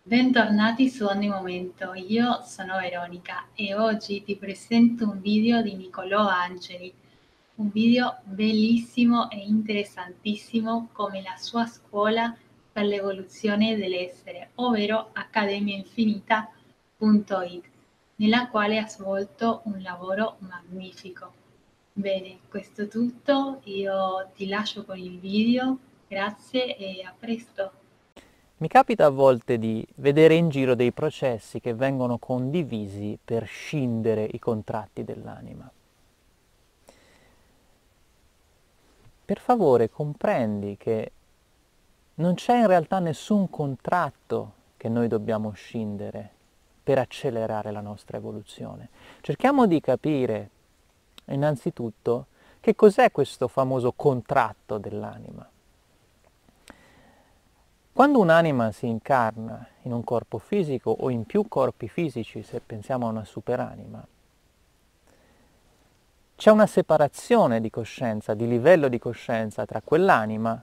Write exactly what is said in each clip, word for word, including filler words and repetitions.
Bentornati su Ogni Momento, io sono Veronica e oggi ti presento un video di Niccolò Angeli, un video bellissimo e interessantissimo come la sua scuola per l'evoluzione dell'essere, ovvero accademia infinita punto it, nella quale ha svolto un lavoro magnifico. Bene, questo è tutto, io ti lascio con il video, grazie e a presto! Mi capita a volte di vedere in giro dei processi che vengono condivisi per scindere i contratti dell'anima. Per favore, comprendi che non c'è in realtà nessun contratto che noi dobbiamo scindere per accelerare la nostra evoluzione. Cerchiamo di capire, innanzitutto, che cos'è questo famoso contratto dell'anima. Quando un'anima si incarna in un corpo fisico o in più corpi fisici, se pensiamo a una superanima, c'è una separazione di coscienza, di livello di coscienza tra quell'anima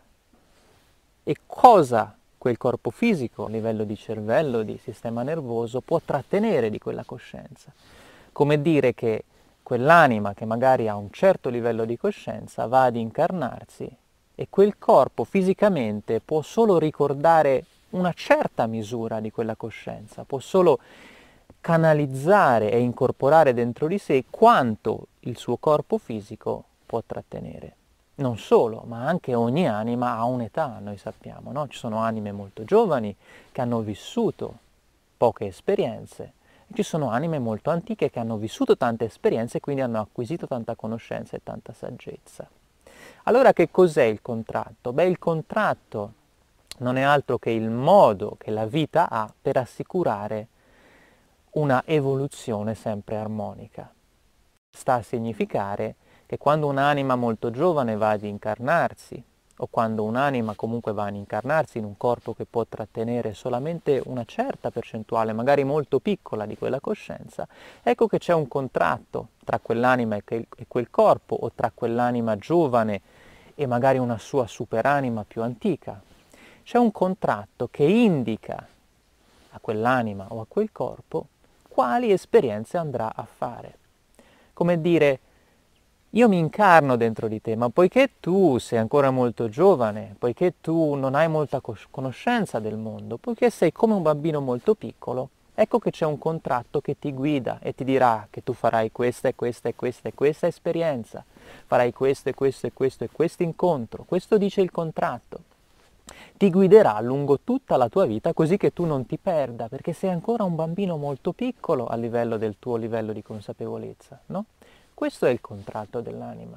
e cosa quel corpo fisico, a livello di cervello, di sistema nervoso, può trattenere di quella coscienza. Come dire che quell'anima che magari ha un certo livello di coscienza va ad incarnarsi e quel corpo fisicamente può solo ricordare una certa misura di quella coscienza, può solo canalizzare e incorporare dentro di sé quanto il suo corpo fisico può trattenere. Non solo, ma anche ogni anima ha un'età, noi sappiamo, no? Ci sono anime molto giovani che hanno vissuto poche esperienze, e ci sono anime molto antiche che hanno vissuto tante esperienze e quindi hanno acquisito tanta conoscenza e tanta saggezza. Allora che cos'è il contratto? Beh, il contratto non è altro che il modo che la vita ha per assicurare una evoluzione sempre armonica. Sta a significare che quando un'anima molto giovane va ad incarnarsi, o quando un'anima comunque va ad incarnarsi in un corpo che può trattenere solamente una certa percentuale, magari molto piccola, di quella coscienza, ecco che c'è un contratto tra quell'anima e quel corpo, o tra quell'anima giovane e magari una sua superanima più antica. C'è un contratto che indica a quell'anima o a quel corpo quali esperienze andrà a fare. Come dire, io mi incarno dentro di te, ma poiché tu sei ancora molto giovane, poiché tu non hai molta conoscenza del mondo, poiché sei come un bambino molto piccolo, ecco che c'è un contratto che ti guida e ti dirà che tu farai questa e questa e questa e questa esperienza, farai questo e questo e questo e questo incontro, questo dice il contratto. Ti guiderà lungo tutta la tua vita così che tu non ti perda, perché sei ancora un bambino molto piccolo a livello del tuo livello di consapevolezza, no? Questo è il contratto dell'anima.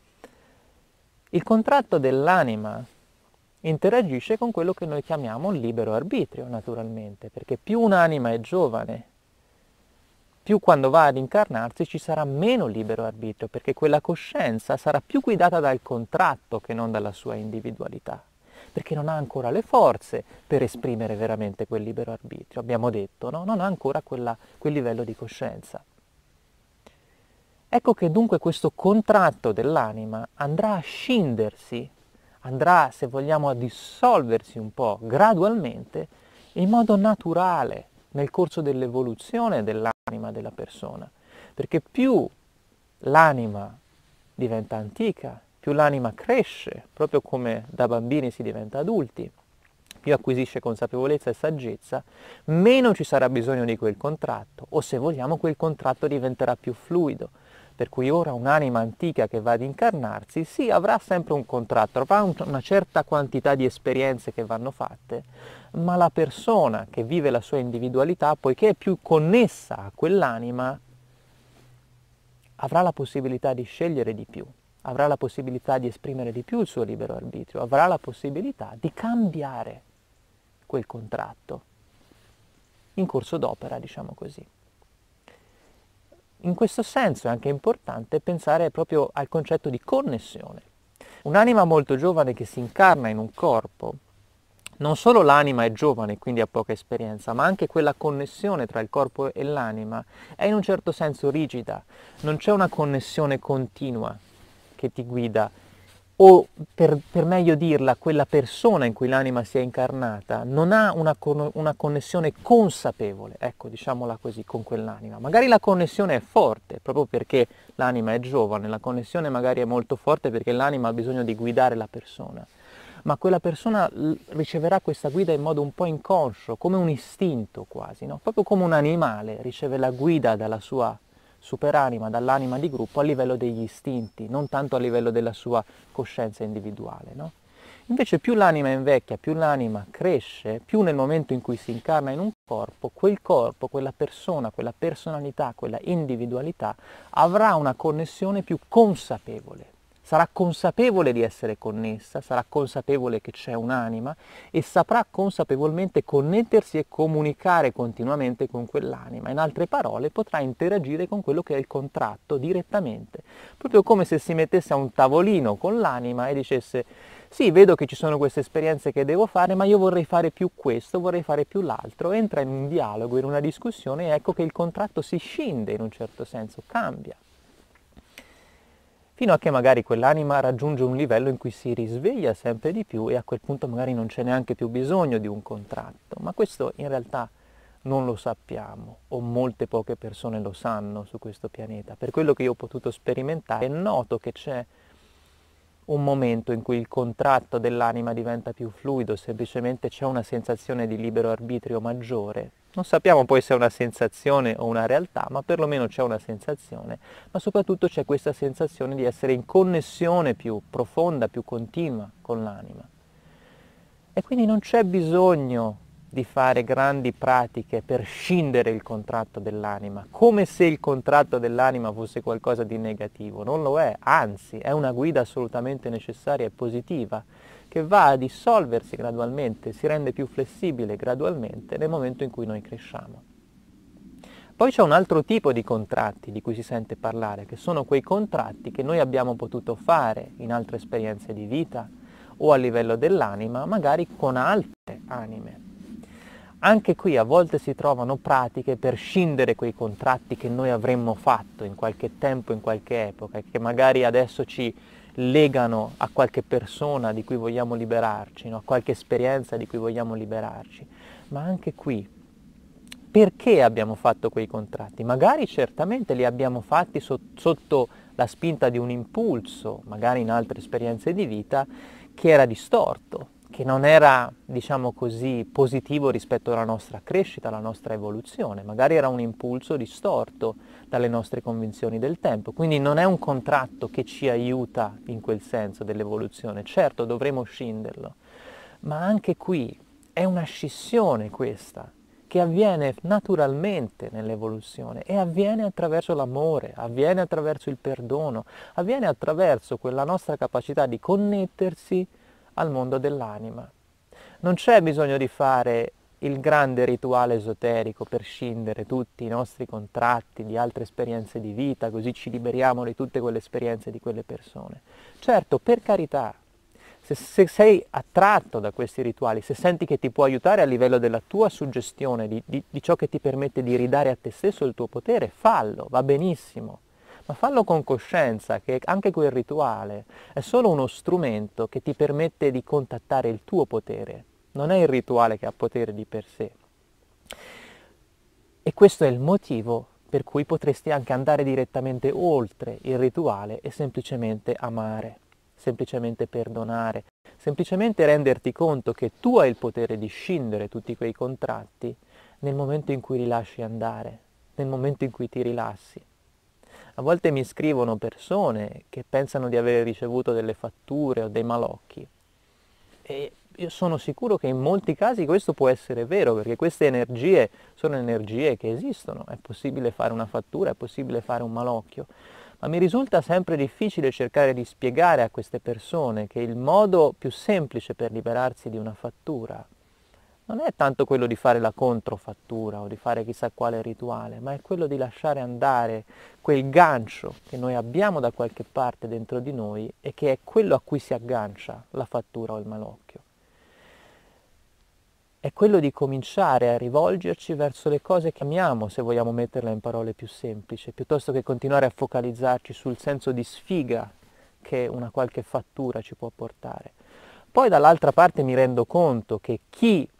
Il contratto dell'anima interagisce con quello che noi chiamiamo il libero arbitrio, naturalmente, perché più un'anima è giovane, più quando va ad incarnarsi ci sarà meno libero arbitrio, perché quella coscienza sarà più guidata dal contratto che non dalla sua individualità, perché non ha ancora le forze per esprimere veramente quel libero arbitrio, abbiamo detto, no? Non ha ancora quella, quel livello di coscienza. Ecco che dunque questo contratto dell'anima andrà a scindersi, andrà, se vogliamo, a dissolversi un po' gradualmente, in modo naturale, nel corso dell'evoluzione dell'anima della persona. Perché più l'anima diventa antica, più l'anima cresce, proprio come da bambini si diventa adulti, più acquisisce consapevolezza e saggezza, meno ci sarà bisogno di quel contratto, o se vogliamo quel contratto diventerà più fluido. Per cui ora un'anima antica che va ad incarnarsi, sì, avrà sempre un contratto, avrà una certa quantità di esperienze che vanno fatte, ma la persona che vive la sua individualità, poiché è più connessa a quell'anima, avrà la possibilità di scegliere di più, avrà la possibilità di esprimere di più il suo libero arbitrio, avrà la possibilità di cambiare quel contratto in corso d'opera, diciamo così. In questo senso è anche importante pensare proprio al concetto di connessione. Un'anima molto giovane che si incarna in un corpo, non solo l'anima è giovane, quindi ha poca esperienza, ma anche quella connessione tra il corpo e l'anima è in un certo senso rigida, non c'è una connessione continua che ti guida o per, per meglio dirla, quella persona in cui l'anima si è incarnata non ha una, con- una connessione consapevole, ecco, diciamola così, con quell'anima. Magari la connessione è forte, proprio perché l'anima è giovane, la connessione magari è molto forte perché l'anima ha bisogno di guidare la persona, ma quella persona l- riceverà questa guida in modo un po' inconscio, come un istinto quasi, no? Proprio come un animale riceve la guida dalla sua superanima, dall'anima di gruppo a livello degli istinti, non tanto a livello della sua coscienza individuale, no? Invece più l'anima invecchia, più l'anima cresce, più nel momento in cui si incarna in un corpo, quel corpo, quella persona, quella personalità, quella individualità avrà una connessione più consapevole. Sarà consapevole di essere connessa, sarà consapevole che c'è un'anima e saprà consapevolmente connettersi e comunicare continuamente con quell'anima. In altre parole, potrà interagire con quello che è il contratto direttamente, proprio come se si mettesse a un tavolino con l'anima e dicesse: sì, vedo che ci sono queste esperienze che devo fare, ma io vorrei fare più questo, vorrei fare più l'altro. Entra in un dialogo, in una discussione e ecco che il contratto si scinde in un certo senso, cambia. Fino a che magari quell'anima raggiunge un livello in cui si risveglia sempre di più e a quel punto magari non c'è neanche più bisogno di un contratto, ma questo in realtà non lo sappiamo, o molte poche persone lo sanno su questo pianeta. Per quello che io ho potuto sperimentare, è noto che c'è un momento in cui il contratto dell'anima diventa più fluido, semplicemente c'è una sensazione di libero arbitrio maggiore. Non sappiamo poi se è una sensazione o una realtà, ma perlomeno c'è una sensazione, ma soprattutto c'è questa sensazione di essere in connessione più profonda, più continua con l'anima. E quindi non c'è bisogno di fare grandi pratiche per scindere il contratto dell'anima, come se il contratto dell'anima fosse qualcosa di negativo. Non lo è, anzi, è una guida assolutamente necessaria e positiva, che va a dissolversi gradualmente, si rende più flessibile gradualmente nel momento in cui noi cresciamo. Poi c'è un altro tipo di contratti di cui si sente parlare, che sono quei contratti che noi abbiamo potuto fare in altre esperienze di vita o a livello dell'anima, magari con altre anime. Anche qui a volte si trovano pratiche per scindere quei contratti che noi avremmo fatto in qualche tempo, in qualche epoca, e che magari adesso ci legano a qualche persona di cui vogliamo liberarci, no? A qualche esperienza di cui vogliamo liberarci. Ma anche qui, perché abbiamo fatto quei contratti? Magari certamente li abbiamo fatti so- sotto la spinta di un impulso, magari in altre esperienze di vita, che era distorto, che non era, diciamo così, positivo rispetto alla nostra crescita, alla nostra evoluzione. Magari era un impulso distorto dalle nostre convinzioni del tempo. Quindi non è un contratto che ci aiuta in quel senso dell'evoluzione. Certo, dovremo scinderlo, ma anche qui è una scissione questa, che avviene naturalmente nell'evoluzione e avviene attraverso l'amore, avviene attraverso il perdono, avviene attraverso quella nostra capacità di connettersi al mondo dell'anima. Non c'è bisogno di fare il grande rituale esoterico per scindere tutti i nostri contratti di altre esperienze di vita, così ci liberiamo di tutte quelle esperienze di quelle persone. Certo, per carità, se, se sei attratto da questi rituali, se senti che ti può aiutare a livello della tua suggestione, di, di, di ciò che ti permette di ridare a te stesso il tuo potere, fallo, va benissimo. Ma fallo con coscienza che anche quel rituale è solo uno strumento che ti permette di contattare il tuo potere, non è il rituale che ha potere di per sé. E questo è il motivo per cui potresti anche andare direttamente oltre il rituale e semplicemente amare, semplicemente perdonare, semplicemente renderti conto che tu hai il potere di scindere tutti quei contratti nel momento in cui li lasci andare, nel momento in cui ti rilassi. A volte mi scrivono persone che pensano di aver ricevuto delle fatture o dei malocchi e io sono sicuro che in molti casi questo può essere vero, perché queste energie sono energie che esistono, è possibile fare una fattura, è possibile fare un malocchio, ma mi risulta sempre difficile cercare di spiegare a queste persone che il modo più semplice per liberarsi di una fattura non è tanto quello di fare la controfattura o di fare chissà quale rituale, ma è quello di lasciare andare quel gancio che noi abbiamo da qualche parte dentro di noi e che è quello a cui si aggancia la fattura o il malocchio. È quello di cominciare a rivolgerci verso le cose che amiamo, se vogliamo metterla in parole più semplici, piuttosto che continuare a focalizzarci sul senso di sfiga che una qualche fattura ci può portare. Poi dall'altra parte mi rendo conto che chi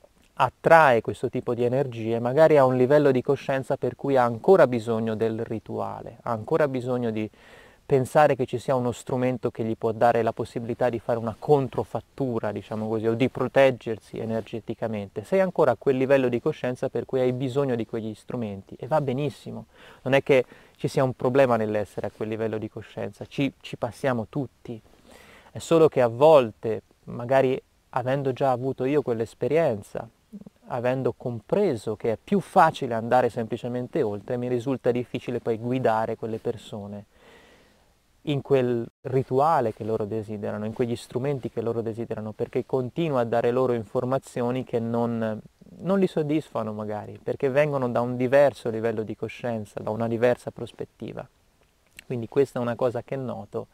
attrae questo tipo di energie magari ha un livello di coscienza per cui ha ancora bisogno del rituale, ha ancora bisogno di pensare che ci sia uno strumento che gli può dare la possibilità di fare una controfattura, diciamo così, o di proteggersi energeticamente. Sei ancora a quel livello di coscienza per cui hai bisogno di quegli strumenti e va benissimo. Non è che ci sia un problema nell'essere a quel livello di coscienza, ci, ci passiamo tutti. È solo che a volte, magari avendo già avuto io quell'esperienza, avendo compreso che è più facile andare semplicemente oltre, mi risulta difficile poi guidare quelle persone in quel rituale che loro desiderano, in quegli strumenti che loro desiderano, perché continuo a dare loro informazioni che non, non li soddisfano magari, perché vengono da un diverso livello di coscienza, da una diversa prospettiva. Quindi questa è una cosa che noto,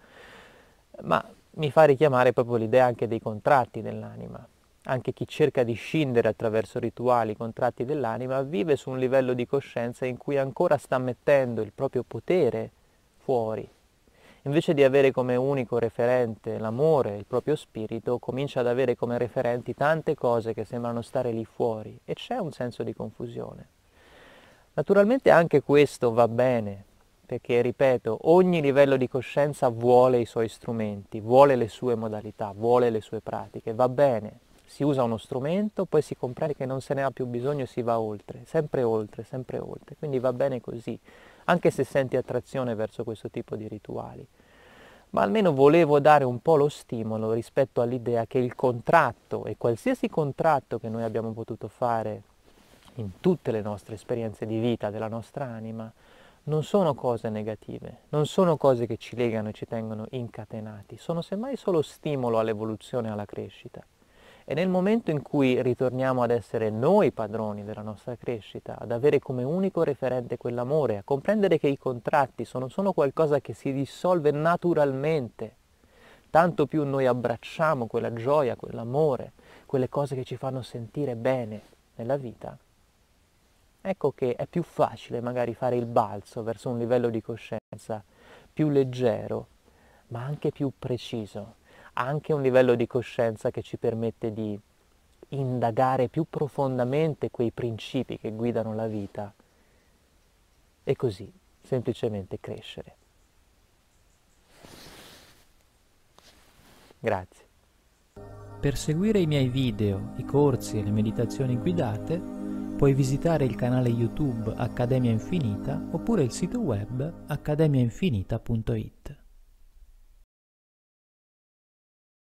ma mi fa richiamare proprio l'idea anche dei contratti dell'anima. Anche chi cerca di scindere attraverso rituali i contratti dell'anima vive su un livello di coscienza in cui ancora sta mettendo il proprio potere fuori. Invece di avere come unico referente l'amore, il proprio spirito, comincia ad avere come referenti tante cose che sembrano stare lì fuori e c'è un senso di confusione. Naturalmente anche questo va bene, perché, ripeto, ogni livello di coscienza vuole i suoi strumenti, vuole le sue modalità, vuole le sue pratiche, va bene. Si usa uno strumento, poi si comprende che non se ne ha più bisogno e si va oltre, sempre oltre, sempre oltre, quindi va bene così, anche se senti attrazione verso questo tipo di rituali. Ma almeno volevo dare un po' lo stimolo rispetto all'idea che il contratto, e qualsiasi contratto che noi abbiamo potuto fare in tutte le nostre esperienze di vita della nostra anima, non sono cose negative, non sono cose che ci legano e ci tengono incatenati, sono semmai solo stimolo all'evoluzione e alla crescita. E nel momento in cui ritorniamo ad essere noi padroni della nostra crescita, ad avere come unico referente quell'amore, a comprendere che i contratti sono solo qualcosa che si dissolve naturalmente, tanto più noi abbracciamo quella gioia, quell'amore, quelle cose che ci fanno sentire bene nella vita, ecco che è più facile magari fare il balzo verso un livello di coscienza più leggero, ma anche più preciso. Anche un livello di coscienza che ci permette di indagare più profondamente quei principi che guidano la vita e così semplicemente crescere. Grazie. Per seguire i miei video, i corsi e le meditazioni guidate, puoi visitare il canale YouTube Accademia Infinita oppure il sito web accademia infinita punto it.